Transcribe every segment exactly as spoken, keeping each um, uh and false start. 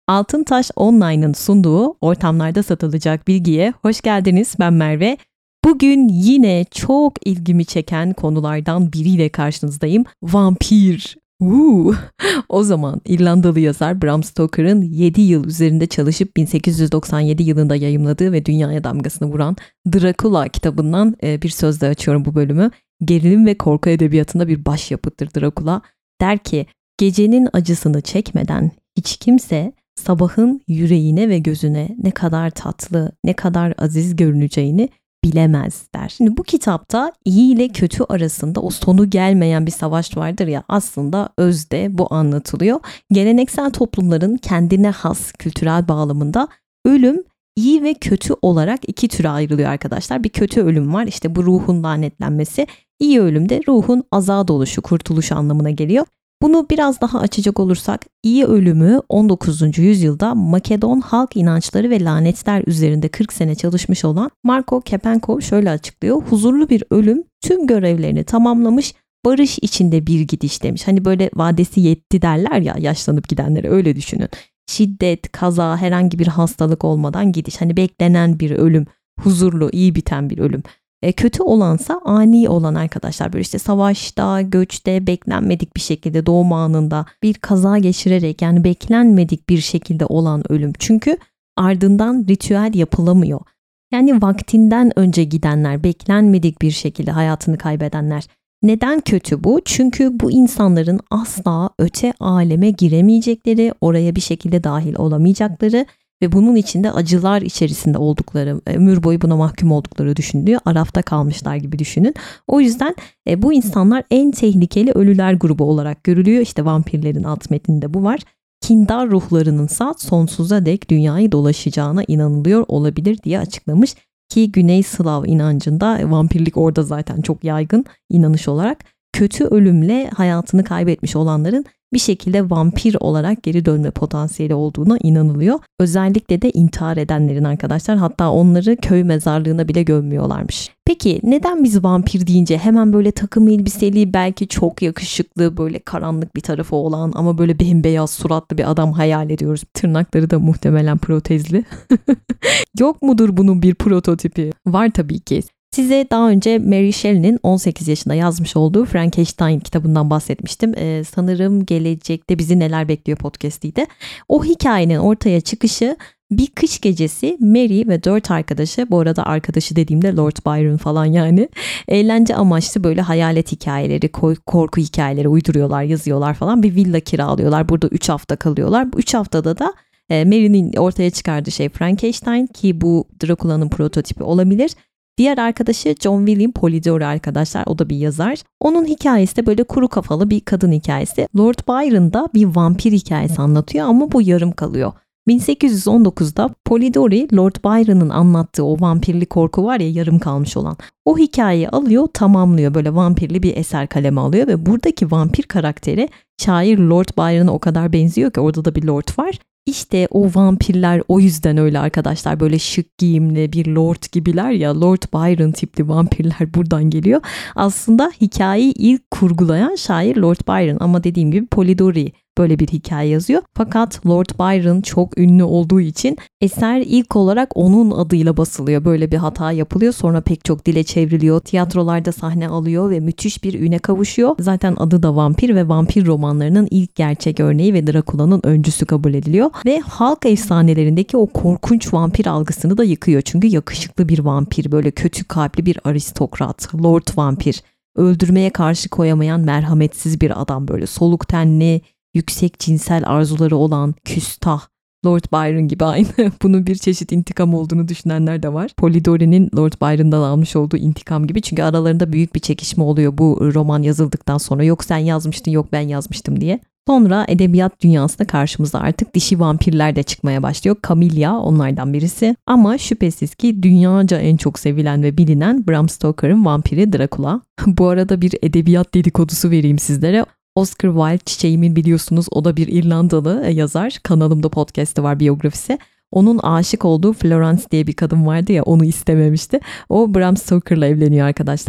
Altıntaş Online'ın sunduğu ortamlarda satılacak bilgiye hoş geldiniz. Ben Merve. Bugün yine çok ilgimi çeken konulardan biriyle karşınızdayım. Vampir. Uuu. O zaman İrlandalı yazar Bram Stoker'ın yedi yıl üzerinde çalışıp bin sekiz yüz doksan yedi yılında yayımladığı ve dünyaya damgasını vuran Dracula kitabından bir sözle açıyorum bu bölümü. Gerilim ve korku edebiyatında bir başyapıttır Dracula. Der ki, gecenin acısını çekmeden hiç kimse sabahın yüreğine ve gözüne ne kadar tatlı, ne kadar aziz görüneceğini bilemez der. Şimdi bu kitapta iyi ile kötü arasında o sonu gelmeyen bir savaş vardır ya, aslında özde bu anlatılıyor. Geleneksel toplumların kendine has kültürel bağlamında ölüm iyi ve kötü olarak iki türe ayrılıyor arkadaşlar. Bir kötü ölüm var, işte bu ruhun lanetlenmesi. İyi ölüm de ruhun azad oluşu, kurtuluş anlamına geliyor. Bunu biraz daha açacak olursak, iyi ölümü on dokuzuncu yüzyılda Makedon halk inançları ve lanetler üzerinde kırk sene çalışmış olan Marko Kepenkov şöyle açıklıyor. Huzurlu bir ölüm tüm görevlerini tamamlamış, barış içinde bir gidiş demiş. Hani böyle vadesi yetti derler ya yaşlanıp gidenlere, öyle düşünün. Şiddet, kaza, herhangi bir hastalık olmadan gidiş. Hani beklenen bir ölüm, huzurlu, iyi biten bir ölüm. E, kötü olansa ani olan arkadaşlar, böyle işte savaşta, göçte, beklenmedik bir şekilde doğum anında bir kaza geçirerek, yani beklenmedik bir şekilde olan ölüm. Çünkü ardından ritüel yapılamıyor. Yani vaktinden önce gidenler, beklenmedik bir şekilde hayatını kaybedenler. Neden kötü bu? Çünkü bu insanların asla öte aleme giremeyecekleri, oraya bir şekilde dahil olamayacakları ve bunun içinde acılar içerisinde oldukları, ömür boyu buna mahkum oldukları düşünülüyor. Arafta kalmışlar gibi düşünün. O yüzden e, bu insanlar en tehlikeli ölüler grubu olarak görülüyor. İşte vampirlerin alt metninde bu var. Kindar ruhlarınınsa sonsuza dek dünyayı dolaşacağına inanılıyor olabilir diye açıklamış. Ki Güney Slav inancında vampirlik orada zaten çok yaygın inanış olarak. Kötü ölümle hayatını kaybetmiş olanların bir şekilde vampir olarak geri dönme potansiyeli olduğuna inanılıyor. Özellikle de intihar edenlerin arkadaşlar, hatta onları köy mezarlığına bile gömmüyorlarmış. Peki neden biz vampir deyince hemen böyle takım elbiseli, belki çok yakışıklı, böyle karanlık bir tarafı olan ama böyle bembeyaz suratlı bir adam hayal ediyoruz? Tırnakları da muhtemelen protezli. Yok mudur bunun bir prototipi? Var tabii ki. Size daha önce Mary Shelley'nin on sekiz yaşında yazmış olduğu Frankenstein kitabından bahsetmiştim. Ee, sanırım Gelecekte Bizi Neler Bekliyor podcast'iydi. O hikayenin ortaya çıkışı bir kış gecesi Mary ve dört arkadaşı, bu arada arkadaşı dediğimde Lord Byron falan yani, eğlence amaçlı böyle hayalet hikayeleri, korku hikayeleri uyduruyorlar, yazıyorlar falan. Bir villa kiralıyorlar. Burada üç hafta kalıyorlar. Bu üç haftada da e, Mary'nin ortaya çıkardığı şey Frankenstein, ki bu Dracula'nın prototipi olabilir. Diğer arkadaşı John William Polidori arkadaşlar, o da bir yazar. Onun hikayesi de böyle kuru kafalı bir kadın hikayesi. Lord Byron da bir vampir hikayesi anlatıyor ama bu yarım kalıyor. bin sekiz yüz on dokuzda Polidori, Lord Byron'ın anlattığı o vampirli korku var ya, yarım kalmış olan. O hikayeyi alıyor, tamamlıyor, böyle vampirli bir eser kaleme alıyor ve buradaki vampir karakteri şair Lord Byron'a o kadar benziyor ki, orada da bir lord var. İşte o vampirler o yüzden öyle arkadaşlar, böyle şık giyimli bir lord gibiler ya, Lord Byron tipli vampirler buradan geliyor. Aslında hikayeyi ilk kurgulayan şair Lord Byron ama dediğim gibi Polidori böyle bir hikaye yazıyor. Fakat Lord Byron çok ünlü olduğu için eser ilk olarak onun adıyla basılıyor. Böyle bir hata yapılıyor. Sonra pek çok dile çevriliyor. Tiyatrolarda sahne alıyor ve müthiş bir üne kavuşuyor. Zaten adı da vampir ve vampir romanlarının ilk gerçek örneği ve Dracula'nın öncüsü kabul ediliyor. Ve halk efsanelerindeki o korkunç vampir algısını da yıkıyor. Çünkü yakışıklı bir vampir, böyle kötü kalpli bir aristokrat, Lord vampir, öldürmeye karşı koyamayan merhametsiz bir adam, böyle soluk tenli, yüksek cinsel arzuları olan, küstah, Lord Byron gibi aynı. Bunun bir çeşit intikam olduğunu düşünenler de var. Polidori'nin Lord Byron'dan almış olduğu intikam gibi. Çünkü aralarında büyük bir çekişme oluyor bu roman yazıldıktan sonra. Yok sen yazmıştın, yok ben yazmıştım diye. Sonra edebiyat dünyasında karşımıza artık dişi vampirler de çıkmaya başlıyor. Camilla onlardan birisi. Ama şüphesiz ki dünyaca en çok sevilen ve bilinen Bram Stoker'ın vampiri Dracula. Bu arada bir edebiyat dedikodusu vereyim sizlere. Oscar Wilde çiçeğimin biliyorsunuz, o da bir İrlandalı yazar. Kanalımda podcast'ı var, biyografisi. Onun aşık olduğu Florence diye bir kadın vardı ya, onu istememişti. O Bram Stoker'la evleniyor arkadaşlar.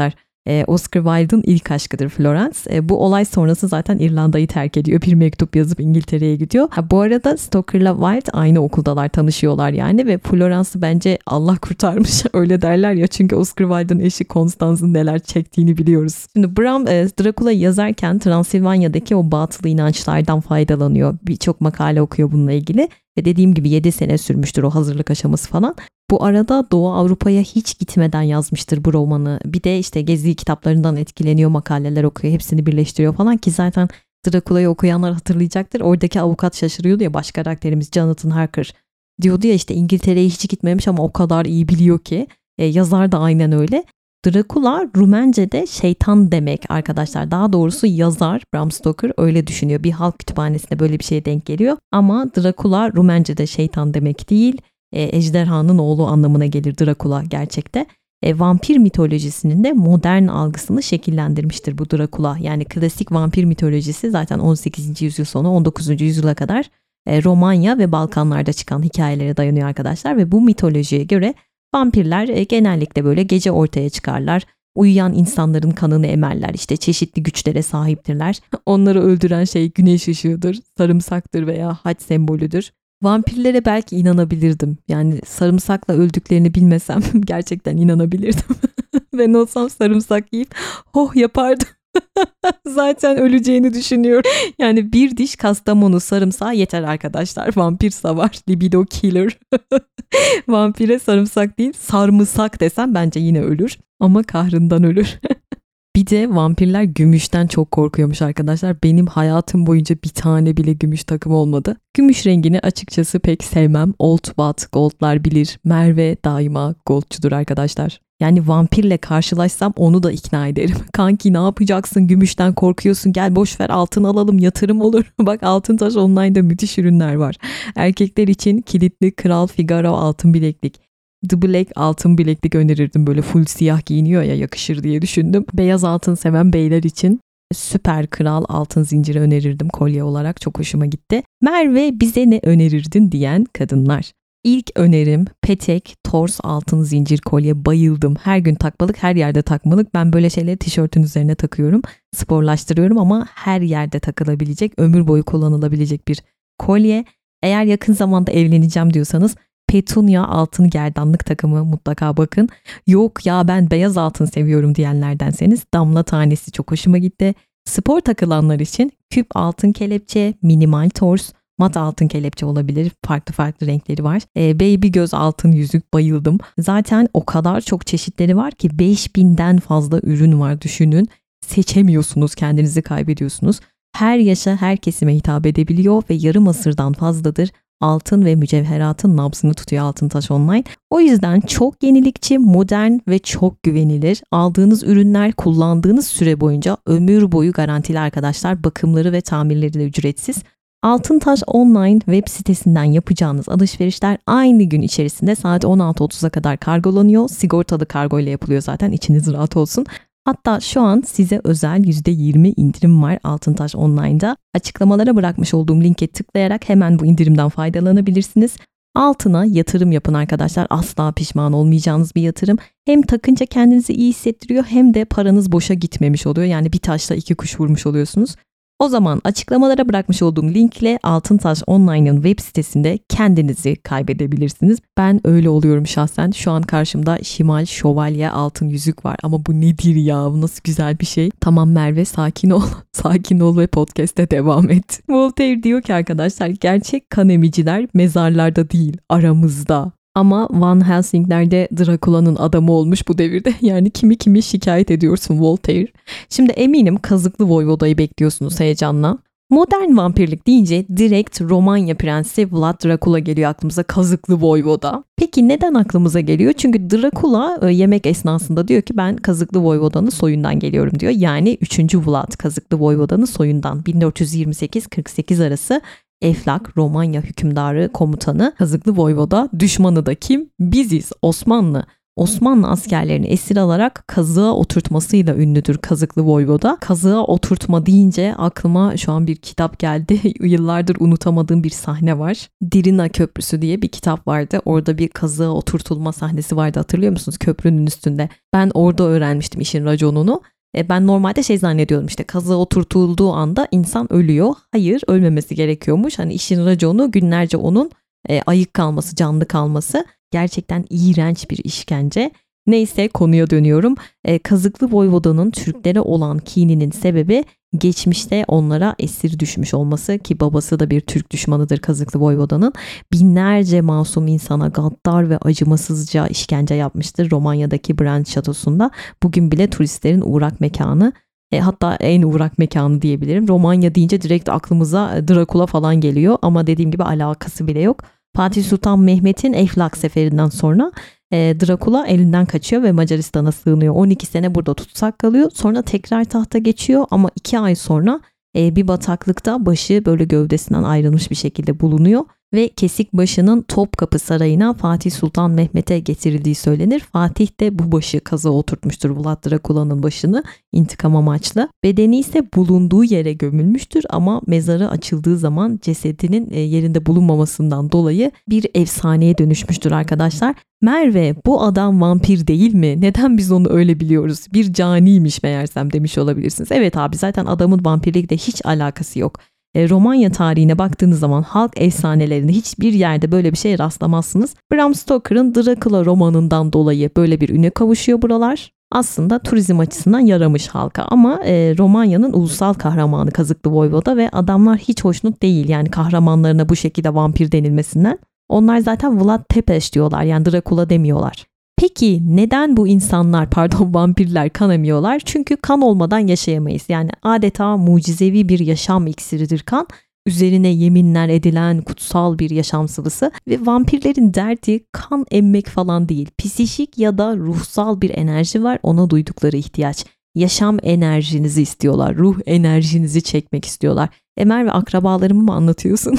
E, Oscar Wilde'ın ilk aşkıdır Florence. E, bu olay sonrası zaten İrlanda'yı terk ediyor. Bir mektup yazıp İngiltere'ye gidiyor. Ha, bu arada Stoker'la Wilde aynı okuldalar, tanışıyorlar yani ve Florence'ı bence Allah kurtarmış öyle derler ya, çünkü Oscar Wilde'ın eşi Constance'ın neler çektiğini biliyoruz. Şimdi Bram e, Dracula'yı yazarken Transilvanya'daki o batıl inançlardan faydalanıyor. Birçok makale okuyor bununla ilgili ve dediğim gibi yedi sene sürmüştür o hazırlık aşaması falan. Bu arada Doğu Avrupa'ya hiç gitmeden yazmıştır bu romanı. Bir de işte gezdiği kitaplarından etkileniyor, makaleler okuyor, hepsini birleştiriyor falan ki zaten Dracula'yı okuyanlar hatırlayacaktır. Oradaki avukat şaşırıyordu ya, baş karakterimiz Jonathan Harker. Diyordu ya işte İngiltere'ye hiç gitmemiş ama o kadar iyi biliyor ki. E, yazar da aynen öyle. Dracula Rumence'de şeytan demek arkadaşlar. Daha doğrusu yazar Bram Stoker öyle düşünüyor. Bir halk kütüphanesinde böyle bir şeye denk geliyor. Ama Dracula Rumence'de şeytan demek değil. E, ejderhanın oğlu anlamına gelir Dracula gerçekte. E, vampir mitolojisinin de modern algısını şekillendirmiştir bu Dracula. Yani klasik vampir mitolojisi zaten on sekizinci yüzyıl sonu on dokuzuncu yüzyıla kadar e, Romanya ve Balkanlarda çıkan hikayelere dayanıyor arkadaşlar. Ve bu mitolojiye göre vampirler e, genellikle böyle gece ortaya çıkarlar. Uyuyan insanların kanını emerler. İşte çeşitli güçlere sahiptirler. Onları öldüren şey güneş ışığıdır, sarımsaktır veya haç sembolüdür. Vampirlere belki inanabilirdim. Yani sarımsakla öldüklerini bilmesem gerçekten inanabilirdim. Ben olsam sarımsak yiyip oh yapardım. Zaten öleceğini düşünüyorum. Yani bir diş Kastamonu sarımsağı yeter arkadaşlar. Vampir savar, libido killer. Vampire sarımsak değil, sarımsak desem bence yine ölür. Ama kahrından ölür. Bir de vampirler gümüşten çok korkuyormuş arkadaşlar. Benim hayatım boyunca bir tane bile gümüş takım olmadı. Gümüş rengini açıkçası pek sevmem. Old but goldlar bilir. Merve daima goldçudur arkadaşlar. Yani vampirle karşılaşsam onu da ikna ederim. Kanki ne yapacaksın? Gümüşten korkuyorsun. Gel boş ver, altın alalım, yatırım olur. Bak Altıntaş Online'da müthiş ürünler var. Erkekler için kilitli Kral Figaro altın bileklik. The Black altın bileklik önerirdim. Böyle full siyah giyiniyor ya, yakışır diye düşündüm. Beyaz altın seven beyler için Süper Kral altın zinciri önerirdim kolye olarak. Çok hoşuma gitti. Merve bize ne önerirdin diyen kadınlar. İlk önerim Petek Tors altın zincir kolye, bayıldım. Her gün takmalık, her yerde takmalık. Ben böyle şeyleri tişörtün üzerine takıyorum. Sporlaştırıyorum ama her yerde takılabilecek, ömür boyu kullanılabilecek bir kolye. Eğer yakın zamanda evleneceğim diyorsanız Petunia altın gerdanlık takımı mutlaka bakın. Yok ya ben beyaz altın seviyorum diyenlerdenseniz damla tanesi çok hoşuma gitti. Spor takılanlar için küp altın kelepçe, minimal tors, mat altın kelepçe olabilir. Farklı farklı renkleri var. Ee, baby göz altın yüzük, bayıldım. Zaten o kadar çok çeşitleri var ki beş binden fazla ürün var, düşünün. Seçemiyorsunuz, kendinizi kaybediyorsunuz. Her yaşa, her kesime hitap edebiliyor ve yarım asırdan fazladır altın ve mücevheratın nabzını tutuyor Altıntaş Online. O yüzden çok yenilikçi, modern ve çok güvenilir. Aldığınız ürünler kullandığınız süre boyunca ömür boyu garantili arkadaşlar. Bakımları ve tamirleri de ücretsiz. Altıntaş Online web sitesinden yapacağınız alışverişler aynı gün içerisinde saat on altı otuza kadar kargolanıyor. Sigortalı kargo ile yapılıyor zaten, içiniz rahat olsun. Hatta şu an size özel yüzde yirmi indirim var Altıntaş Online'da. Açıklamalara bırakmış olduğum linke tıklayarak hemen bu indirimden faydalanabilirsiniz. Altına yatırım yapın arkadaşlar. Asla pişman olmayacağınız bir yatırım. Hem takınca kendinizi iyi hissettiriyor hem de paranız boşa gitmemiş oluyor. Yani bir taşla iki kuş vurmuş oluyorsunuz. O zaman açıklamalara bırakmış olduğum linkle Altıntaş Online'ın web sitesinde kendinizi kaybedebilirsiniz. Ben öyle oluyorum şahsen. Şu an karşımda Şimal Şövalye altın yüzük var ama bu nedir ya? Bu nasıl güzel bir şey? Tamam Merve, sakin ol. Sakin ol ve podcast'e devam et. Voltaire diyor ki arkadaşlar, gerçek kan emiciler mezarlarda değil, aramızda. Ama Van Helsing'lerde Dracula'nın adamı olmuş bu devirde. Yani kimi kimi şikayet ediyorsun Voltaire. Şimdi eminim Kazıklı Voyvoda'yı bekliyorsunuz heyecanla. Modern vampirlik deyince direkt Romanya prensi Vlad Dracula geliyor aklımıza, Kazıklı Voyvoda. Peki neden aklımıza geliyor? Çünkü Dracula yemek esnasında diyor ki ben Kazıklı Voyvoda'nın soyundan geliyorum diyor. Yani üçüncü Vlad Kazıklı Voyvoda'nın soyundan bin dört yüz yirmi sekiz kırk sekiz arası. Eflak, Romanya hükümdarı, komutanı, Kazıklı Voyvoda, düşmanı da kim? Biziz, Osmanlı. Osmanlı askerlerini esir alarak kazığa oturtmasıyla ünlüdür Kazıklı Voyvoda. Kazığa oturtma deyince aklıma şu an bir kitap geldi. Yıllardır unutamadığım bir sahne var. Dirina Köprüsü diye bir kitap vardı. Orada bir kazığa oturtulma sahnesi vardı, hatırlıyor musunuz? Köprünün üstünde. Ben orada öğrenmiştim işin raconunu. E ben normalde şey zannediyordum, işte kazığa oturtulduğu anda insan ölüyor. Hayır, ölmemesi gerekiyormuş. Hani işin raconu günlerce onun e, ayık kalması, canlı kalması. Gerçekten iğrenç bir işkence. Neyse, konuya dönüyorum. E, Kazıklı Voyvoda'nın Türklere olan kininin sebebi geçmişte onlara esir düşmüş olması, ki babası da bir Türk düşmanıdır Kazıklı Voyvoda'nın. Binlerce masum insana gaddar ve acımasızca işkence yapmıştır Romanya'daki Brand Şatosu'nda. Bugün bile turistlerin uğrak mekanı. E, hatta en uğrak mekanı diyebilirim. Romanya deyince direkt aklımıza Drakula falan geliyor ama dediğim gibi alakası bile yok. Fatih Sultan Mehmet'in Eflak seferinden sonra e, Drakula elinden kaçıyor ve Macaristan'a sığınıyor. on iki sene burada tutsak kalıyor. Sonra tekrar tahta geçiyor ama iki ay sonra e, bir bataklıkta başı böyle gövdesinden ayrılmış bir şekilde bulunuyor. Ve kesik başının Topkapı Sarayı'na Fatih Sultan Mehmet'e getirildiği söylenir. Fatih de bu başı kazığa oturtmuştur, Vlad Drakula'nın başını, intikam amaçlı. Bedeni ise bulunduğu yere gömülmüştür ama mezarı açıldığı zaman cesedinin yerinde bulunmamasından dolayı bir efsaneye dönüşmüştür arkadaşlar. Merve, bu adam vampir değil mi? Neden biz onu öyle biliyoruz? Bir caniymiş meğersem demiş olabilirsiniz. Evet abi, zaten adamın vampirlikle hiç alakası yok. Romanya tarihine baktığınız zaman halk efsanelerinde hiçbir yerde böyle bir şeye rastlamazsınız. Bram Stoker'ın Dracula romanından dolayı böyle bir üne kavuşuyor buralar. Aslında turizm açısından yaramış halka ama e, Romanya'nın ulusal kahramanı Kazıklı Voyvoda ve adamlar hiç hoşnut değil yani kahramanlarına bu şekilde vampir denilmesinden. Onlar zaten Vlad Tepes diyorlar, yani Dracula demiyorlar. Peki neden bu insanlar, pardon vampirler kan emiyorlar? Çünkü kan olmadan yaşayamayız. Yani adeta mucizevi bir yaşam iksiridir kan. Üzerine yeminler edilen kutsal bir yaşam sıvısı ve vampirlerin derdi kan emmek falan değil. Psikik ya da ruhsal bir enerji var, ona duydukları ihtiyaç. Yaşam enerjinizi istiyorlar, ruh enerjinizi çekmek istiyorlar. Emer ve akrabalarımı mı anlatıyorsun?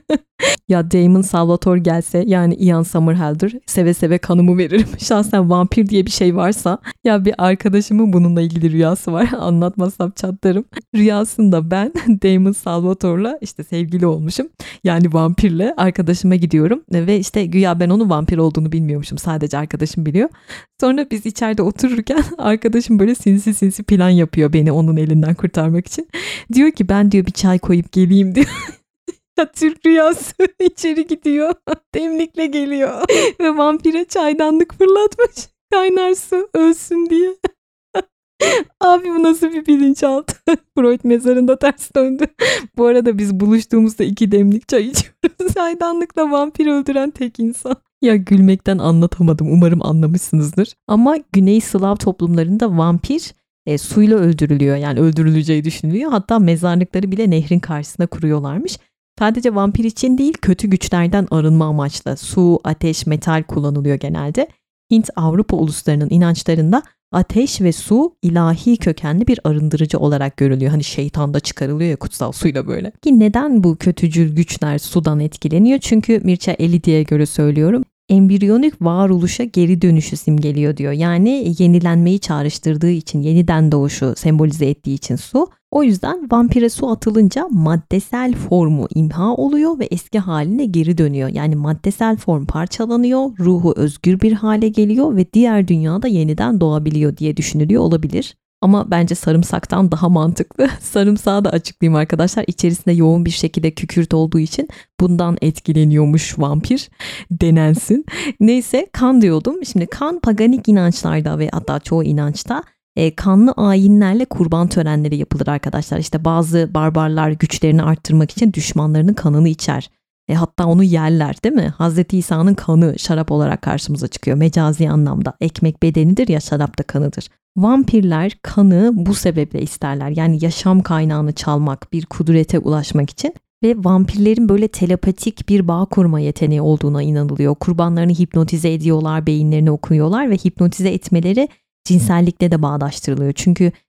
Ya Damon Salvatore gelse, yani Ian Somerhalder, seve seve kanımı veririm. Şahsen vampir diye bir şey varsa, ya bir arkadaşımın bununla ilgili rüyası var. Anlatmazsam çatlarım. Rüyasında ben Damon Salvatore'la işte sevgili olmuşum. Yani vampirle arkadaşıma gidiyorum ve işte güya ben onun vampir olduğunu bilmiyormuşum. Sadece arkadaşım biliyor. Sonra biz içeride otururken arkadaşım böyle sinsi sinsi plan yapıyor beni onun elinden kurtarmak için. Diyor ki ben diyor bir çay koyup geleyim diyor. Ya Türk rüyası, içeri gidiyor, demlikle geliyor ve vampire çaydanlık fırlatmış, kaynar su ölsün diye. Abi bu nasıl bir bilinçaltı? Freud mezarında ters döndü. Bu arada biz buluştuğumuzda iki demlik çay içiyoruz. Çaydanlıkla vampir öldüren tek insan. Ya gülmekten anlatamadım, umarım anlamışsınızdır. Ama Güney Slav toplumlarında vampir e, suyla öldürülüyor, yani öldürüleceği düşünülüyor. Hatta mezarlıkları bile nehrin karşısına kuruyorlarmış. Sadece vampir için değil, kötü güçlerden arınma amaçlı su, ateş, metal kullanılıyor genelde. Hint-Avrupa uluslarının inançlarında ateş ve su ilahi kökenli bir arındırıcı olarak görülüyor. Hani şeytan da çıkarılıyor ya kutsal suyla böyle. Ki neden bu kötücül güçler sudan etkileniyor? Çünkü Mircea Eliade'ye göre söylüyorum, embriyonik varoluşa geri dönüşü simgeliyor diyor. Yani yenilenmeyi çağrıştırdığı için, yeniden doğuşu sembolize ettiği için su. O yüzden vampire su atılınca maddesel formu imha oluyor ve eski haline geri dönüyor. Yani maddesel form parçalanıyor, ruhu özgür bir hale geliyor ve diğer dünyada yeniden doğabiliyor diye düşünülüyor olabilir. Ama bence sarımsaktan daha mantıklı. Sarımsağı da açıklayayım arkadaşlar. İçerisinde yoğun bir şekilde kükürt olduğu için bundan etkileniyormuş vampir denensin. Neyse, kan diyordum. Şimdi kan paganik inançlarda ve hatta çoğu inançta e, kanlı ayinlerle kurban törenleri yapılır arkadaşlar. İşte bazı barbarlar güçlerini arttırmak için düşmanlarının kanını içer. E, hatta onu yerler, değil mi? Hazreti İsa'nın kanı şarap olarak karşımıza çıkıyor mecazi anlamda. Ekmek bedenidir ya, şarap da kanıdır. Vampirler kanı bu sebeple isterler. Yani yaşam kaynağını çalmak, bir kudrete ulaşmak için. Ve vampirlerin böyle telepatik bir bağ kurma yeteneği olduğuna inanılıyor. Kurbanlarını hipnotize ediyorlar, beyinlerini okuyorlar ve hipnotize etmeleri cinsellikle de bağdaştırılıyor. Çünkü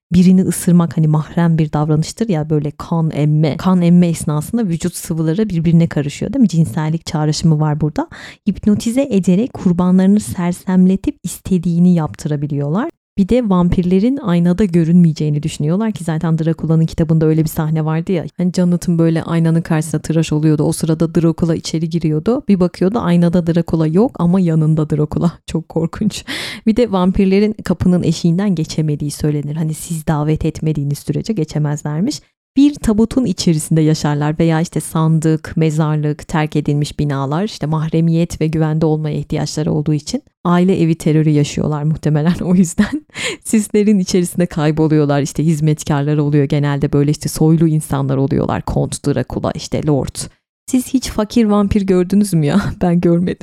birini ısırmak hani mahrem bir davranıştır ya, böyle kan emme. Kan emme esnasında vücut sıvıları birbirine karışıyor değil mi? Cinsellik çağrışımı var burada. Hipnotize ederek kurbanlarını sersemletip istediğini yaptırabiliyorlar. Bir de vampirlerin aynada görünmeyeceğini düşünüyorlar ki zaten Dracula'nın kitabında öyle bir sahne vardı ya. Hani Jonathan böyle aynanın karşısına tıraş oluyordu. O sırada Dracula içeri giriyordu. Bir bakıyordu aynada Dracula yok ama yanında Dracula. Çok korkunç. Bir de vampirlerin kapının eşiğinden geçemediği söylenir. Hani siz davet etmediğiniz sürece geçemezlermiş. Bir tabutun içerisinde yaşarlar veya işte sandık, mezarlık, terk edilmiş binalar, işte mahremiyet ve güvende olmaya ihtiyaçları olduğu için aile evi terörü yaşıyorlar muhtemelen. O yüzden sislerin içerisinde kayboluyorlar. İşte hizmetkarları oluyor genelde, böyle işte soylu insanlar oluyorlar. Kont Dracula, işte Lord. Siz hiç fakir vampir gördünüz mü ya? Ben görmedim.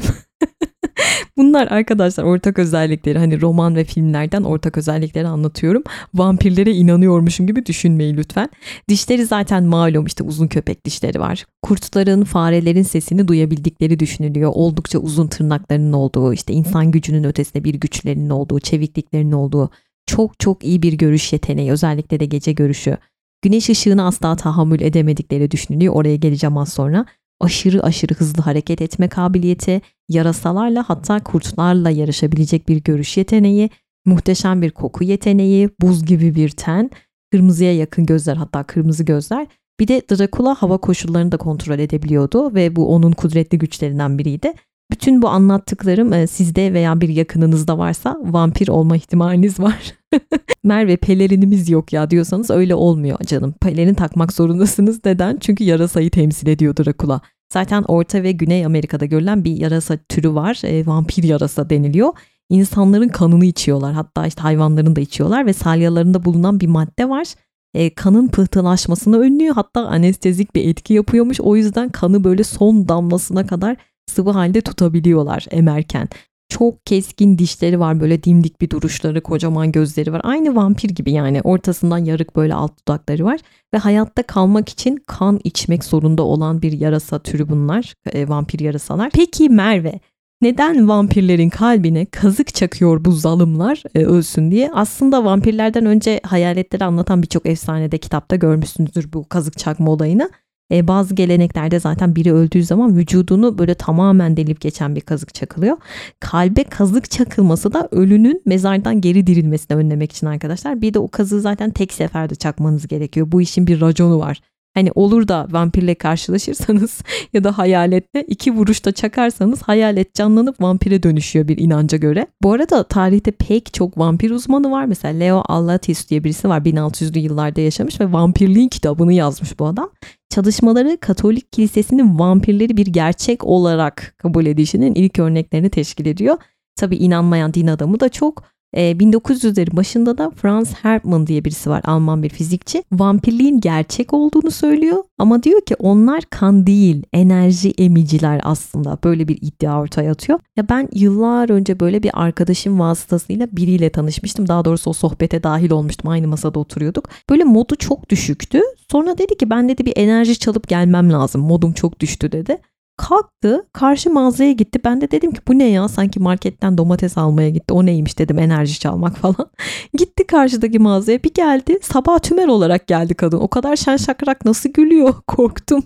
Bunlar arkadaşlar ortak özellikleri, hani roman ve filmlerden ortak özellikleri anlatıyorum. Vampirlere inanıyormuşum gibi düşünmeyin lütfen. Dişleri zaten malum, işte uzun köpek dişleri var. Kurtların, farelerin sesini duyabildikleri düşünülüyor. Oldukça uzun tırnaklarının olduğu, işte insan gücünün ötesinde bir güçlerinin olduğu, çevikliklerinin olduğu, çok çok iyi bir görüş yeteneği, özellikle de gece görüşü. Güneş ışığını asla tahammül edemedikleri düşünülüyor. Oraya geleceğim az sonra. Aşırı aşırı hızlı hareket etme kabiliyeti, yarasalarla hatta kurtlarla yarışabilecek bir görüş yeteneği, muhteşem bir koku yeteneği, buz gibi bir ten, kırmızıya yakın gözler, hatta kırmızı gözler. Bir de Dracula hava koşullarını da kontrol edebiliyordu ve bu onun kudretli güçlerinden biriydi. Bütün bu anlattıklarım sizde veya bir yakınınızda varsa vampir olma ihtimaliniz var. Merve, pelerinimiz yok ya diyorsanız öyle olmuyor canım. Pelerin takmak zorundasınız. Neden? Çünkü yarasayı temsil ediyor Dracula. Zaten Orta ve Güney Amerika'da görülen bir yarasa türü var. E, vampir yarasa deniliyor. İnsanların kanını içiyorlar. Hatta işte hayvanların da içiyorlar ve salyalarında bulunan bir madde var. E, kanın pıhtılaşmasını önlüyor. Hatta anestezik bir etki yapıyormuş. O yüzden kanı böyle son damlasına kadar sıvı halde tutabiliyorlar emerken. Çok keskin dişleri var, böyle dimdik bir duruşları, kocaman gözleri var. Aynı vampir gibi yani, ortasından yarık böyle alt dudakları var. Ve hayatta kalmak için kan içmek zorunda olan bir yarasa türü bunlar, e, vampir yarasalar. Peki Merve, neden vampirlerin kalbine kazık çakıyor bu zalimler e, ölsün diye? Aslında vampirlerden önce hayaletleri anlatan birçok efsanede, kitapta görmüşsünüzdür bu kazık çakma olayını. E, bazı geleneklerde zaten biri öldüğü zaman vücudunu böyle tamamen delip geçen bir kazık çakılıyor. Kalbe kazık çakılması da ölünün mezardan geri dirilmesini önlemek için arkadaşlar. Bir de o kazığı zaten tek seferde çakmanız gerekiyor. Bu işin bir raconu var. Hani olur da vampirle karşılaşırsanız ya da hayaletle iki vuruşta çakarsanız hayalet canlanıp vampire dönüşüyor bir inanca göre. Bu arada tarihte pek çok vampir uzmanı var. Mesela Leo Allatius diye birisi var. bin altı yüzlü yıllarda yaşamış ve vampirliğin kitabını yazmış bu adam. Çalışmaları Katolik Kilisesi'nin vampirleri bir gerçek olarak kabul edişinin ilk örneklerini teşkil ediyor. Tabii inanmayan din adamı da çok. bin dokuz yüzlerin başında da Franz Herpmann diye birisi var, Alman bir fizikçi. Vampirliğin gerçek olduğunu söylüyor ama diyor ki onlar kan değil, enerji emiciler aslında. Böyle bir iddia ortaya atıyor. Ya ben yıllar önce böyle bir arkadaşım vasıtasıyla biriyle tanışmıştım. Daha doğrusu o sohbete dahil olmuştum. Aynı masada oturuyorduk. Böyle modu çok düşüktü. Sonra dedi ki ben dedi bir enerji çalıp gelmem lazım. Modum çok düştü dedi. Kalktı, karşı mağazaya gitti. Ben de dedim ki bu ne ya, sanki marketten domates almaya gitti. O neymiş dedim, enerji çalmak falan. Gitti karşıdaki mağazaya, bir geldi. Sabah tümer olarak geldi kadın. O kadar şen şakrak nasıl gülüyor, korktum.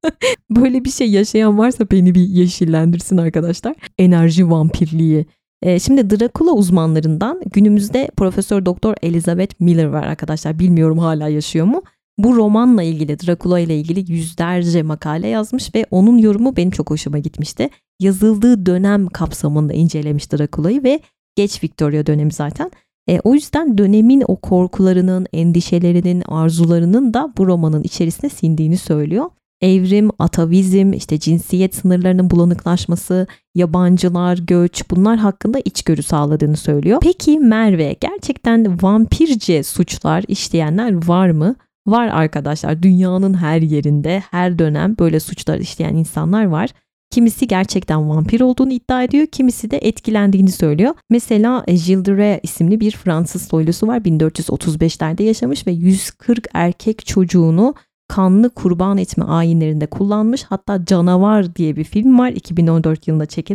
Böyle bir şey yaşayan varsa beni bir yeşillendirsin arkadaşlar. Enerji vampirliği. Ee, şimdi Dracula uzmanlarından günümüzde Profesör Doktor Elizabeth Miller var arkadaşlar. Bilmiyorum hala yaşıyor mu? Bu romanla ilgili, Dracula ile ilgili yüzlerce makale yazmış ve onun yorumu benim çok hoşuma gitmişti. Yazıldığı dönem kapsamında incelemiş Dracula'yı ve geç Victoria dönemi zaten. E, o yüzden dönemin o korkularının, endişelerinin, arzularının da bu romanın içerisine sindiğini söylüyor. Evrim, atavizm, işte cinsiyet sınırlarının bulanıklaşması, yabancılar, göç, bunlar hakkında içgörü sağladığını söylüyor. Peki Merve, gerçekten vampirce suçlar işleyenler var mı? Var arkadaşlar, dünyanın her yerinde her dönem böyle suçlar işleyen insanlar var. Kimisi gerçekten vampir olduğunu iddia ediyor, kimisi de etkilendiğini söylüyor. Mesela Gilles de Rais isimli bir Fransız soylusu var, bin dört yüz otuz beşlerde yaşamış ve yüz kırk erkek çocuğunu kanlı kurban etme ayinlerinde kullanmış. Hatta Canavar diye bir film var, iki bin on dört yılında çekilen.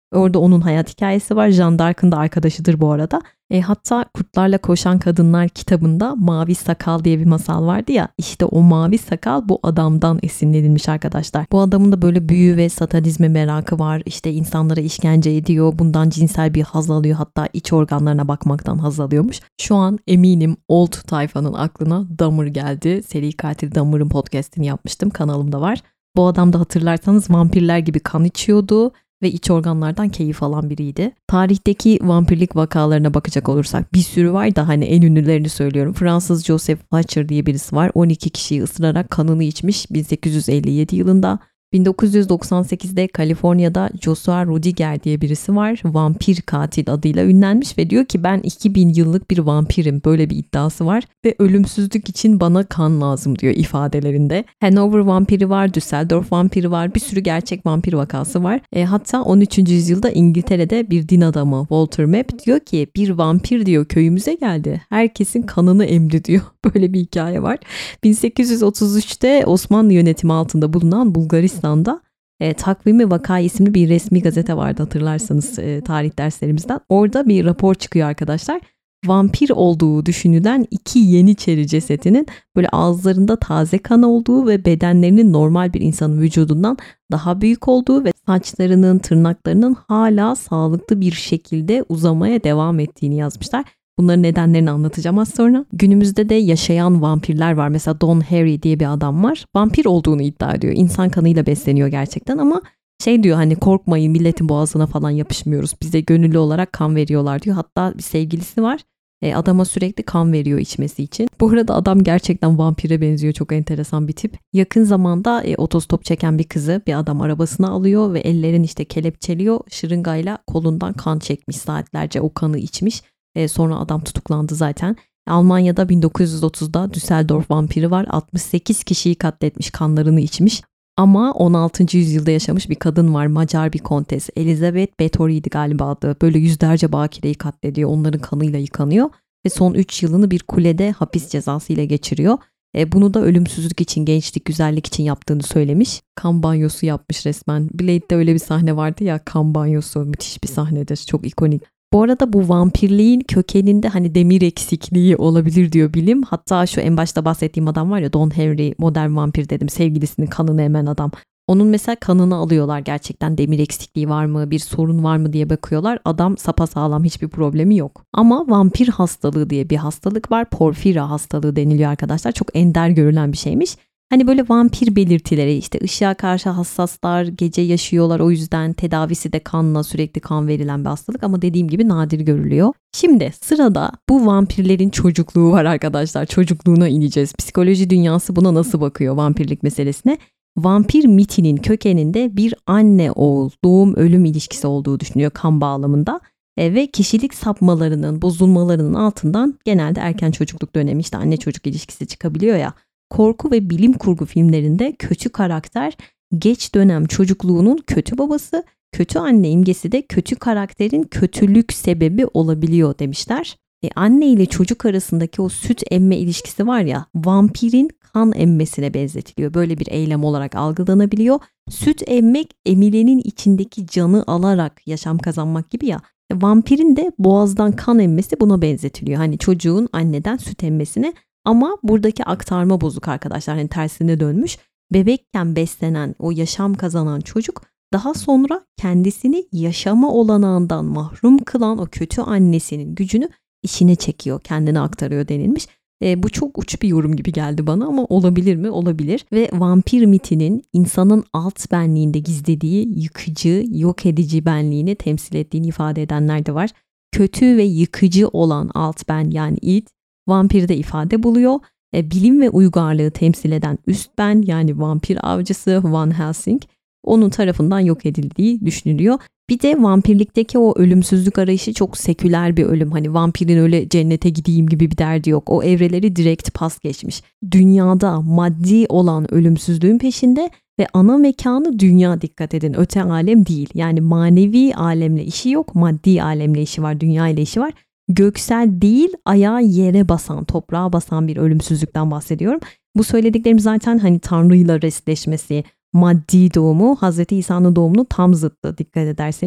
Orada onun hayat hikayesi var. Jeanne d'Arc'ın da arkadaşıdır bu arada. E, hatta Kurtlarla Koşan Kadınlar kitabında Mavi Sakal diye bir masal vardı ya. İşte o mavi sakal bu adamdan esinlenilmiş arkadaşlar. Bu adamın da böyle büyü ve satanizme merakı var. İşte insanlara işkence ediyor. Bundan cinsel bir haz alıyor. Hatta iç organlarına bakmaktan haz alıyormuş. Şu an eminim old tayfanın aklına Dahmer geldi. Seri katil Dahmer'ın podcastini yapmıştım. Kanalımda var. Bu adam da hatırlarsanız vampirler gibi kan içiyordu ve iç organlardan keyif alan biriydi. Tarihteki vampirlik vakalarına bakacak olursak bir sürü var da hani en ünlülerini söylüyorum. Fransız Joseph Fletcher diye birisi var. on iki kişiyi ısırarak kanını içmiş bin sekiz yüz elli yedi yılında. bin dokuz yüz doksan sekizde Kaliforniya'da Joshua Rudiger diye birisi var. Vampir katil adıyla ünlenmiş ve diyor ki ben iki bin yıllık bir vampirim. Böyle bir iddiası var ve ölümsüzlük için bana kan lazım diyor ifadelerinde. Hanover vampiri var, Düsseldorf vampiri var, bir sürü gerçek vampir vakası var. E, hatta on üçüncü yüzyılda İngiltere'de bir din adamı Walter Map diyor ki bir vampir diyor köyümüze geldi. Herkesin kanını emdi diyor. Böyle bir hikaye var. bin sekiz yüz otuz üçte Osmanlı yönetimi altında bulunan Bulgaristan'da e, Takvimi Vaka isimli bir resmi gazete vardı hatırlarsanız e, tarih derslerimizden. Orada bir rapor çıkıyor arkadaşlar. Vampir olduğu düşünülen iki Yeniçeri cesetinin böyle ağızlarında taze kan olduğu ve bedenlerinin normal bir insanın vücudundan daha büyük olduğu ve saçlarının, tırnaklarının hala sağlıklı bir şekilde uzamaya devam ettiğini yazmışlar. Bunların nedenlerini anlatacağım az sonra. Günümüzde de yaşayan vampirler var. Mesela Don Harry diye bir adam var. Vampir olduğunu iddia ediyor. İnsan kanıyla besleniyor gerçekten ama şey diyor hani korkmayın milletin boğazına falan yapışmıyoruz. Bize gönüllü olarak kan veriyorlar diyor. Hatta bir sevgilisi var. E, adama sürekli kan veriyor içmesi için. Bu arada adam gerçekten vampire benziyor. Çok enteresan bir tip. Yakın zamanda e, otostop çeken bir kızı bir adam arabasına alıyor ve ellerini işte kelepçeliyor. Şırıngayla kolundan kan çekmiş saatlerce o kanı içmiş. E, sonra adam tutuklandı zaten. Almanya'da bin dokuz yüz otuzda Düsseldorf vampiri var. altmış sekiz kişiyi katletmiş, kanlarını içmiş. Ama on altıncı yüzyılda yaşamış bir kadın var. Macar bir kontes. Elizabeth Bathory'di galiba adı. Böyle yüzlerce bakireyi katlediyor. Onların kanıyla yıkanıyor. Ve son üç yılını bir kulede hapis cezası ile geçiriyor. E, bunu da ölümsüzlük için, gençlik, güzellik için yaptığını söylemiş. Kan banyosu yapmış resmen. Blade'de öyle bir sahne vardı ya, kan banyosu. Müthiş bir sahnedir. Çok ikonik. Bu arada bu vampirliğin kökeninde hani demir eksikliği olabilir diyor bilim. Hatta şu en başta bahsettiğim adam var ya, Don Henry, modern vampir dedim. Sevgilisinin kanını emen adam. Onun mesela kanını alıyorlar, gerçekten demir eksikliği var mı, bir sorun var mı diye bakıyorlar. Adam sapasağlam, hiçbir problemi yok. Ama vampir hastalığı diye bir hastalık var. Porfira hastalığı deniliyor arkadaşlar. Çok ender görülen bir şeymiş. Hani böyle vampir belirtileri, işte ışığa karşı hassaslar, gece yaşıyorlar, o yüzden tedavisi de kanla, sürekli kan verilen bir hastalık ama dediğim gibi nadir görülüyor. Şimdi sırada bu vampirlerin çocukluğu var arkadaşlar. Çocukluğuna ineceğiz. Psikoloji dünyası buna nasıl bakıyor, vampirlik meselesine? Vampir mitinin kökeninde bir anne oğul doğum ölüm ilişkisi olduğu düşünüyor kan bağlamında. E, ve kişilik sapmalarının, bozulmalarının altından genelde erken çocukluk dönemi, işte anne çocuk ilişkisi çıkabiliyor ya. Korku ve bilim kurgu filmlerinde kötü karakter geç dönem çocukluğunun kötü babası, kötü anne imgesi de kötü karakterin kötülük sebebi olabiliyor demişler. E, anne ile çocuk arasındaki o süt emme ilişkisi var ya, vampirin kan emmesine benzetiliyor. Böyle bir eylem olarak algılanabiliyor. Süt emmek, emilenin içindeki canı alarak yaşam kazanmak gibi ya. E, vampirin de boğazdan kan emmesi buna benzetiliyor. Hani çocuğun anneden süt emmesine. Ama buradaki aktarma bozuk arkadaşlar. Hani tersine dönmüş. Bebekken beslenen, o yaşam kazanan çocuk daha sonra kendisini yaşama olanağından mahrum kılan o kötü annesinin gücünü içine çekiyor, kendine aktarıyor denilmiş. E, bu çok uç bir yorum gibi geldi bana ama olabilir mi? Olabilir. Ve vampir mitinin insanın alt benliğinde gizlediği yıkıcı, yok edici benliğini temsil ettiğini ifade edenler de var. Kötü ve yıkıcı olan alt ben, yani id, vampirde ifade buluyor. E, bilim ve uygarlığı temsil eden üst ben, yani vampir avcısı Van Helsing, onun tarafından yok edildiği düşünülüyor. Bir de vampirlikteki o ölümsüzlük arayışı çok seküler bir ölüm. Hani vampirin öyle cennete gideyim gibi bir derdi yok. O evreleri direkt pas geçmiş. Dünyada maddi olan ölümsüzlüğün peşinde ve ana mekanı dünya, dikkat edin, öte alem değil. Yani manevi alemle işi yok, maddi alemle işi var, dünya ile işi var. Göksel değil, ayağı yere basan, toprağa basan bir ölümsüzlükten bahsediyorum. Bu söylediklerim zaten hani Tanrı'yla restleşmesi, maddi doğumu, Hazreti İsa'nın doğumunu tam zıttı, dikkat ederseniz.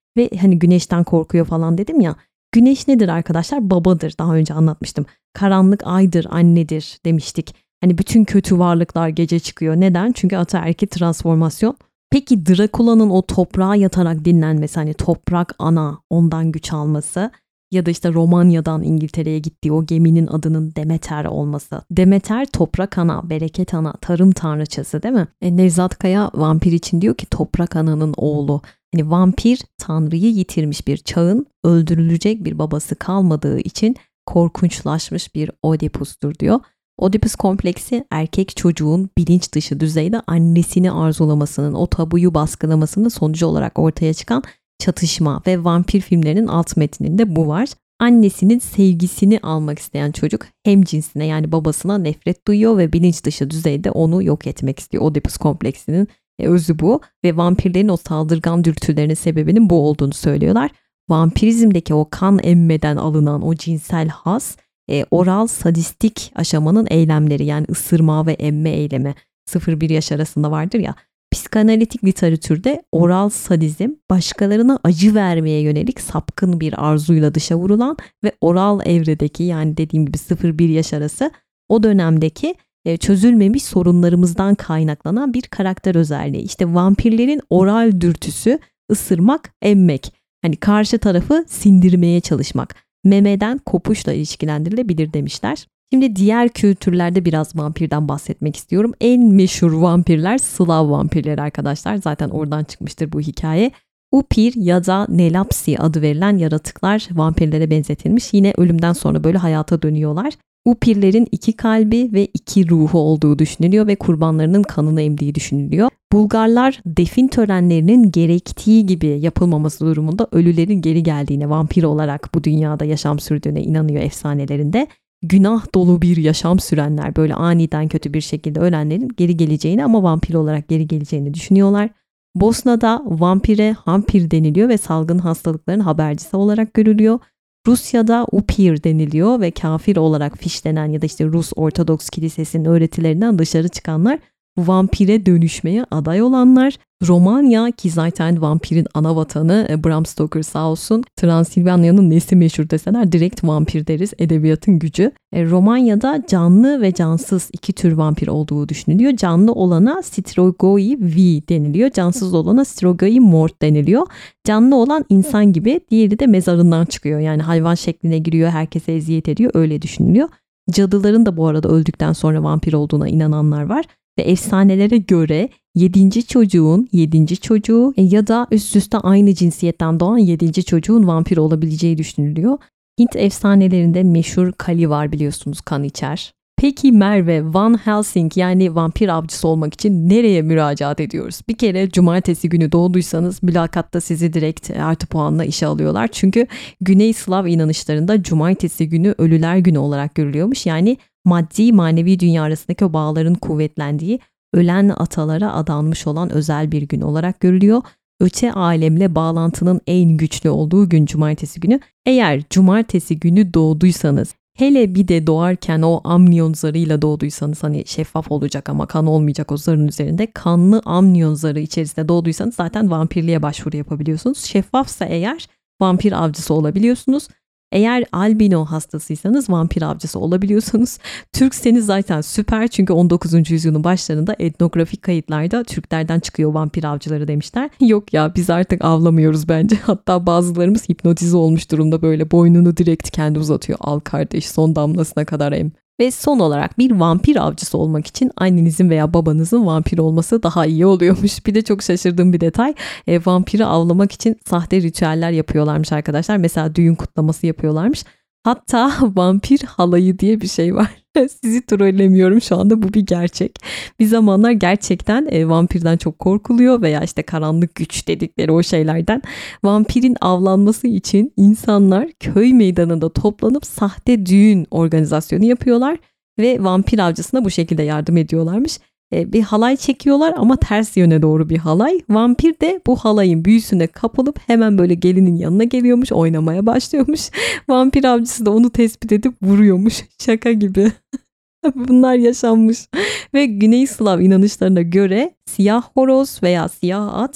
Ve hani güneşten korkuyor falan dedim ya. Güneş nedir arkadaşlar? Babadır. Daha önce anlatmıştım. Karanlık aydır, annedir demiştik. Hani bütün kötü varlıklar gece çıkıyor. Neden? Çünkü ataerkil transformasyon. Peki Drakula'nın o toprağa yatarak dinlenmesi, hani toprak ana, ondan güç alması ya da işte Romanya'dan İngiltere'ye gittiği o geminin adının Demeter olması. Demeter toprak ana, bereket ana, tarım tanrıçası değil mi? E, Nevzat Kaya vampir için diyor ki toprak ananın oğlu. Hani vampir tanrıyı yitirmiş bir çağın öldürülecek bir babası kalmadığı için korkunçlaşmış bir Oedipus'tur diyor. Oedipus kompleksi erkek çocuğun bilinç dışı düzeyde annesini arzulamasının, o tabuyu baskılamasının sonucu olarak ortaya çıkan çatışma ve vampir filmlerinin alt metninde bu var. Annesinin sevgisini almak isteyen çocuk hem cinsine yani babasına nefret duyuyor ve bilinç dışı düzeyde onu yok etmek istiyor. Oedipus kompleksinin özü bu ve vampirlerin o saldırgan dürtülerinin sebebinin bu olduğunu söylüyorlar. Vampirizmdeki o kan emmeden alınan o cinsel haz e, oral sadistik aşamanın eylemleri yani ısırma ve emme eylemi sıfır bir yaş arasında vardır ya. Psikanalitik literatürde oral sadizm başkalarına acı vermeye yönelik sapkın bir arzuyla dışa vurulan ve oral evredeki yani dediğim gibi sıfır bir yaş arası o dönemdeki e, çözülmemiş sorunlarımızdan kaynaklanan bir karakter özelliği. İşte vampirlerin oral dürtüsü ısırmak, emmek. Hani karşı tarafı sindirmeye çalışmak. Memeden kopuşla ilişkilendirilebilir demişler. Şimdi diğer kültürlerde biraz vampirden bahsetmek istiyorum. En meşhur vampirler Slav vampirleri arkadaşlar. Zaten oradan çıkmıştır bu hikaye. Upir ya da Nelapsi adı verilen yaratıklar vampirlere benzetilmiş. Yine ölümden sonra böyle hayata dönüyorlar. Upirlerin iki kalbi ve iki ruhu olduğu düşünülüyor ve kurbanlarının kanını emdiği düşünülüyor. Bulgarlar defin törenlerinin gerektiği gibi yapılmaması durumunda ölülerin geri geldiğine, vampir olarak bu dünyada yaşam sürdüğüne inanıyor efsanelerinde. Günah dolu bir yaşam sürenler, böyle aniden kötü bir şekilde ölenlerin geri geleceğini ama vampir olarak geri geleceğini düşünüyorlar. Bosna'da vampire hampir deniliyor ve salgın hastalıkların habercisi olarak görülüyor. Rusya'da upir deniliyor ve kafir olarak fişlenen ya da işte Rus Ortodoks Kilisesi'nin öğretilerinden dışarı çıkanlar vampire dönüşmeye aday olanlar. Romanya ki zaten vampirin ana vatanı, Bram Stoker sağ olsun, Transilvanya'nın nesi meşhur deseler direkt vampir deriz, edebiyatın gücü. E, Romanya'da canlı ve cansız iki tür vampir olduğu düşünülüyor. Canlı olana Strigoi V deniliyor. Cansız olana Strigoi Mort deniliyor. Canlı olan insan gibi, diğeri de mezarından çıkıyor. Yani hayvan şekline giriyor, herkese eziyet ediyor, öyle düşünülüyor. Cadıların da bu arada öldükten sonra vampir olduğuna inananlar var. Ve efsanelere göre yedinci çocuğun yedinci çocuğu ya da üst üste aynı cinsiyetten doğan yedinci çocuğun vampir olabileceği düşünülüyor. Hint efsanelerinde meşhur Kali var biliyorsunuz, kan içer. Peki Merve, Van Helsing yani vampir avcısı olmak için nereye müracaat ediyoruz? Bir kere cumartesi günü doğduysanız mülakatta sizi direkt artı puanla işe alıyorlar. Çünkü Güney Slav inanışlarında cumartesi günü ölüler günü olarak görülüyormuş. Yani maddi manevi dünya arasındaki o bağların kuvvetlendiği, ölen atalara adanmış olan özel bir gün olarak görülüyor. Öte alemle bağlantının en güçlü olduğu gün cumartesi günü. Eğer cumartesi günü doğduysanız, hele bir de doğarken o amniyon zarıyla doğduysanız, hani şeffaf olacak ama kan olmayacak o zarın üzerinde, kanlı amniyon zarı içerisinde doğduysanız zaten vampirliğe başvuru yapabiliyorsunuz. Şeffafsa eğer vampir avcısı olabiliyorsunuz. Eğer albino hastasıysanız vampir avcısı olabiliyorsunuz. Türkseniz zaten süper, çünkü on dokuzuncu yüzyılın başlarında etnografik kayıtlarda Türklerden çıkıyor vampir avcıları demişler. Yok ya, biz artık avlamıyoruz bence. Hatta bazılarımız hipnotize olmuş durumda, böyle boynunu direkt kendi uzatıyor. Al kardeş, son damlasına kadar em. Ve son olarak bir vampir avcısı olmak için annenizin veya babanızın vampir olması daha iyi oluyormuş. Bir de çok şaşırdığım bir detay, e, vampiri avlamak için sahte ritüeller yapıyorlarmış arkadaşlar. Mesela düğün kutlaması yapıyorlarmış. Hatta vampir halayı diye bir şey var. Sizi trollemiyorum şu anda, bu bir gerçek. Bir zamanlar gerçekten e, vampirden çok korkuluyor veya işte karanlık güç dedikleri o şeylerden. Vampirin avlanması için insanlar köy meydanında toplanıp sahte düğün organizasyonu yapıyorlar ve vampir avcısına bu şekilde yardım ediyorlarmış. E, bir halay çekiyorlar ama ters yöne doğru bir halay. Vampir de bu halayın büyüsüne kapılıp hemen böyle gelinin yanına geliyormuş, oynamaya başlıyormuş. Vampir avcısı da onu tespit edip vuruyormuş. Şaka gibi. Bunlar yaşanmış. Ve Güney Slav inanışlarına göre siyah horoz veya siyah at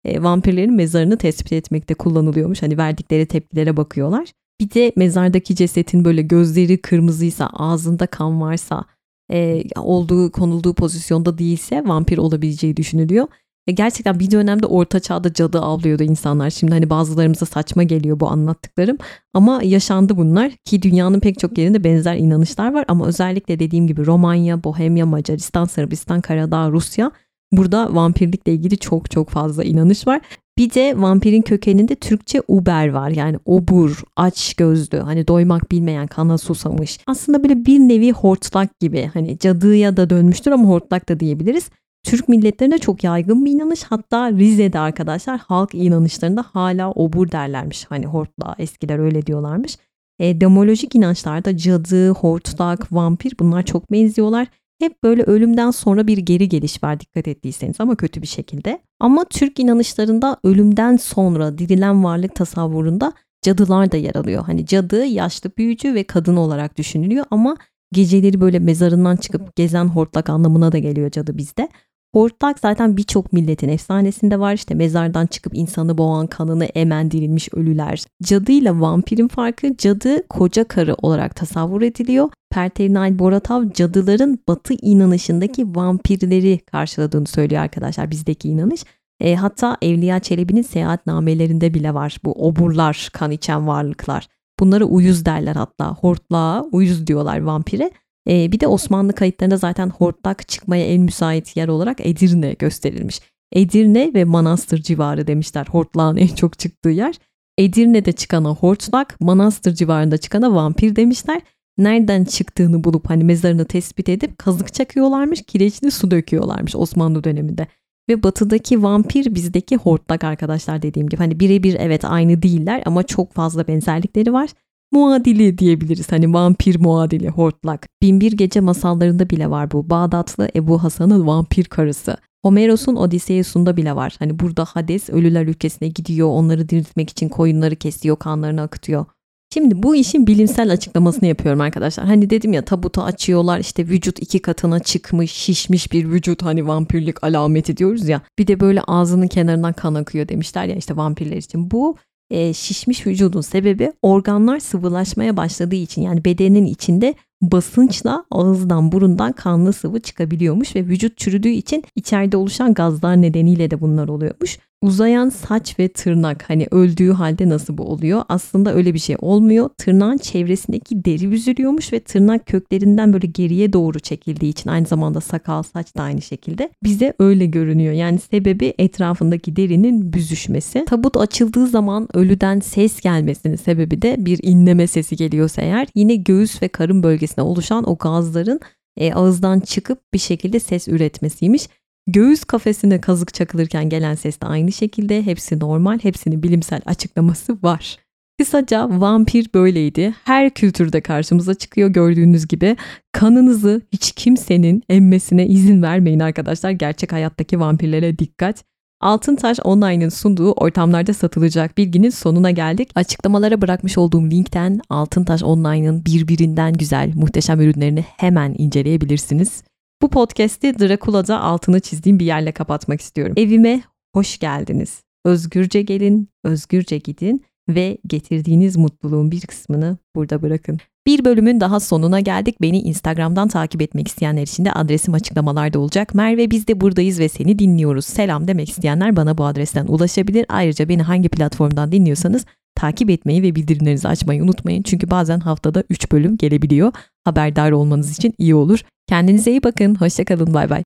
e, vampirlerin mezarını tespit etmekte kullanılıyormuş. Hani verdikleri tepkilere bakıyorlar. Bir de mezardaki cesetin böyle gözleri kırmızıysa, ağzında kan varsa, e, olduğu konulduğu pozisyonda değilse vampir olabileceği düşünülüyor. Ve gerçekten bir dönemde orta çağda cadı avlıyordu insanlar. Şimdi hani bazılarımıza saçma geliyor bu anlattıklarım ama yaşandı bunlar ki dünyanın pek çok yerinde benzer inanışlar var ama özellikle dediğim gibi Romanya, Bohemya, Macaristan, Sırbistan, Karadağ, Rusya, burada vampirlikle ilgili çok çok fazla inanış var. Bir de vampirin kökeninde Türkçe uber var, yani obur, aç gözlü, hani doymak bilmeyen, kana susamış. Aslında böyle bir nevi hortlak gibi, hani cadıya da dönmüştür ama hortlak da diyebiliriz. Türk milletlerinde çok yaygın bir inanış. Hatta Rize'de arkadaşlar halk inanışlarında hala obur derlermiş. Hani hortlağa eskiler öyle diyorlarmış. E, demolojik inançlarda cadı, hortlak, vampir bunlar çok benziyorlar. Hep böyle ölümden sonra bir geri geliş var dikkat ettiyseniz ama kötü bir şekilde. Ama Türk inanışlarında ölümden sonra dirilen varlık tasavvurunda cadılar da yer alıyor. Hani cadı yaşlı büyücü ve kadın olarak düşünülüyor ama geceleri böyle mezarından çıkıp gezen hortlak anlamına da geliyor cadı bizde. Hortlak zaten birçok milletin efsanesinde var. İşte mezardan çıkıp insanı boğan, kanını emen dirilmiş ölüler. Cadı ile vampirin farkı, cadı koca karı olarak tasavvur ediliyor. Pertevnal Boratav cadıların Batı inanışındaki vampirleri karşıladığını söylüyor arkadaşlar, bizdeki inanış. E, hatta Evliya Çelebi'nin seyahatnamelerinde bile var bu oburlar, kan içen varlıklar. Bunlara uyuz derler, hatta hortlağa uyuz diyorlar vampire. Ee, bir de Osmanlı kayıtlarında zaten hortlak çıkmaya en müsait yer olarak Edirne gösterilmiş. Edirne ve Manastır civarı demişler hortlağın en çok çıktığı yer. Edirne'de çıkana hortlak, Manastır civarında çıkana vampir demişler. Nereden çıktığını bulup hani mezarını tespit edip kazık çakıyorlarmış, kireçli su döküyorlarmış Osmanlı döneminde. Ve batıdaki vampir bizdeki hortlak arkadaşlar, dediğim gibi. Hani birebir evet aynı değiller ama çok fazla benzerlikleri var. Muadili diyebiliriz, hani vampir muadili hortlak. Binbir Gece masallarında bile var bu. Bağdatlı Ebu Hasan'ın vampir karısı. Homeros'un Odysseus'unda bile var. Hani burada Hades ölüler ülkesine gidiyor, onları diriltmek için koyunları kesiyor, kanlarını akıtıyor. Şimdi bu işin bilimsel açıklamasını yapıyorum arkadaşlar. Hani dedim ya, tabutu açıyorlar, işte vücut iki katına çıkmış, şişmiş bir vücut, hani vampirlik alameti diyoruz ya. Bir de böyle ağzının kenarından kan akıyor demişler ya işte vampirler için. Bu e, şişmiş vücudun sebebi organlar sıvılaşmaya başladığı için, yani bedenin içinde basınçla ağızdan burundan kanlı sıvı çıkabiliyormuş ve vücut çürüdüğü için içeride oluşan gazlar nedeniyle de bunlar oluyormuş. Uzayan saç ve tırnak, hani öldüğü halde nasıl bu oluyor? Aslında öyle bir şey olmuyor. Tırnağın çevresindeki deri büzülüyormuş ve tırnak köklerinden böyle geriye doğru çekildiği için, aynı zamanda sakal, saç da aynı şekilde bize öyle görünüyor. Yani sebebi etrafındaki derinin büzüşmesi. Tabut açıldığı zaman ölüden ses gelmesinin sebebi de bir inleme sesi geliyorsa eğer, yine göğüs ve karın bölgesinde oluşan o gazların e, ağızdan çıkıp bir şekilde ses üretmesiymiş. Göğüs kafesine kazık çakılırken gelen ses de aynı şekilde. Hepsi normal, hepsinin bilimsel açıklaması var. Kısaca vampir böyleydi. Her kültürde karşımıza çıkıyor gördüğünüz gibi. Kanınızı hiç kimsenin emmesine izin vermeyin arkadaşlar. Gerçek hayattaki vampirlere dikkat. Altıntaş Online'ın sunduğu ortamlarda satılacak bilginin sonuna geldik. Açıklamalara bırakmış olduğum linkten Altıntaş Online'ın birbirinden güzel, muhteşem ürünlerini hemen inceleyebilirsiniz. Bu podcast'i Dracula'da altını çizdiğim bir yerle kapatmak istiyorum. Evime hoş geldiniz. Özgürce gelin, özgürce gidin ve getirdiğiniz mutluluğun bir kısmını burada bırakın. Bir bölümün daha sonuna geldik. Beni Instagram'dan takip etmek isteyenler için de adresim açıklamalarda olacak. Merve, biz de buradayız ve seni dinliyoruz. Selam demek isteyenler bana bu adresten ulaşabilir. Ayrıca beni hangi platformdan dinliyorsanız takip etmeyi ve bildirimlerinizi açmayı unutmayın. Çünkü bazen haftada üç bölüm gelebiliyor. Haberdar olmanız için iyi olur. Kendinize iyi bakın. Hoşça kalın. Bay bay.